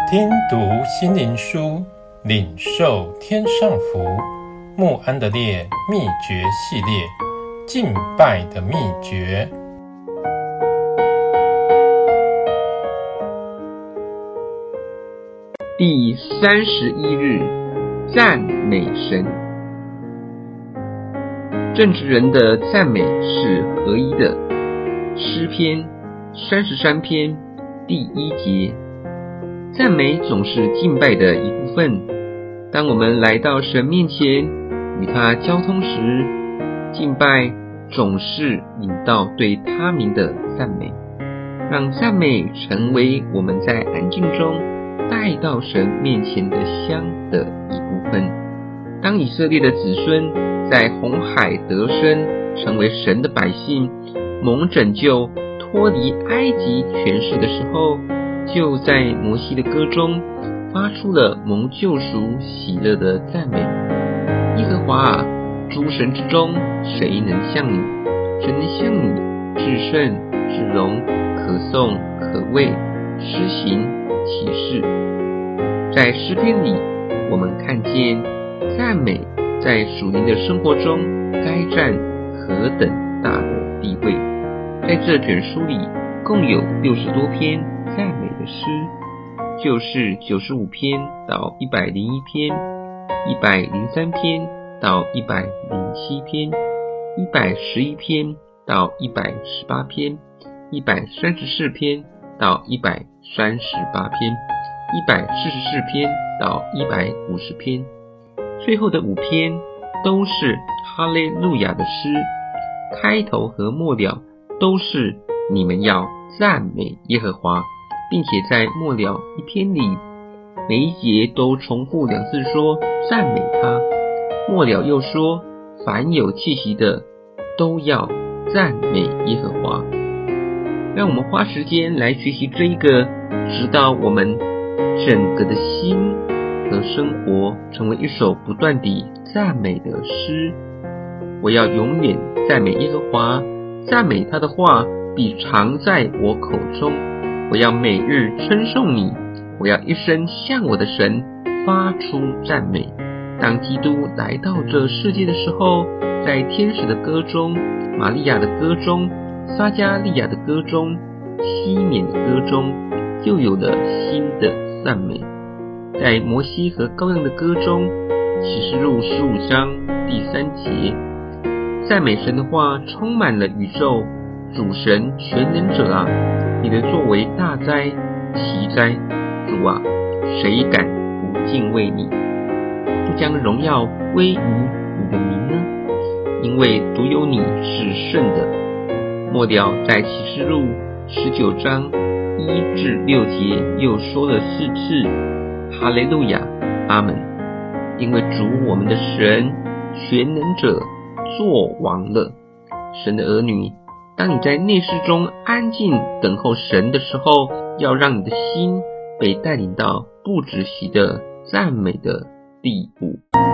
听读心灵书，领受天上福。慕安德烈秘诀系列，敬拜的秘诀。 第31日，赞美神。正直人的赞美是合一的。诗篇33篇第1节，赞美总是敬拜的一部分。当我们来到神面前与他交通时，敬拜总是引到对他名的赞美，让赞美成为我们在安静中带到神面前的香的一部分。当以色列的子孙在红海得生，成为神的百姓，蒙拯救脱离埃及权势的时候，就在摩西的歌中发出了蒙救赎喜乐的赞美。耶和华啊，诸神之中谁能像你？谁能像你至圣至荣，可颂可畏，施行奇事？在诗篇里，我们看见赞美在属灵的生活中该占何等大的地位。在这卷书里，共有60多篇赞美的诗，就是95篇到101篇、103篇到107篇、111篇到118篇、134篇到138篇、144篇到150篇。最后的5篇都是哈利路亚的诗，开头和末了都是你们要赞美耶和华，并且在末了1篇里，每一节都重复2次说赞美他，末了又说凡有气息的都要赞美耶和华。让我们花时间来学习这一个，直到我们整个的心和生活成为一首不断地赞美的诗。我要永远赞美耶和华，赞美他的话必常在我口中。我要每日称颂你，我要一生向我的神发出赞美。当基督来到这世界的时候，在天使的歌中、玛利亚的歌中、撒加利亚的歌中、西缅的歌中，就有了新的赞美。在摩西和羔羊的歌中，启示录15章第3节，赞美神的话充满了宇宙。主神全能者啊，你的作为大哉奇哉，主啊，谁敢不敬畏你？不将荣耀归于你的名呢？因为独有你是圣的。末了在启示录19章1至6节又说了4次哈利路亚阿们，因为主我们的神全能者作王了。神的儿女，当你在内室中安静等候神的时候，要让你的心被带领到不止息的赞美的地步。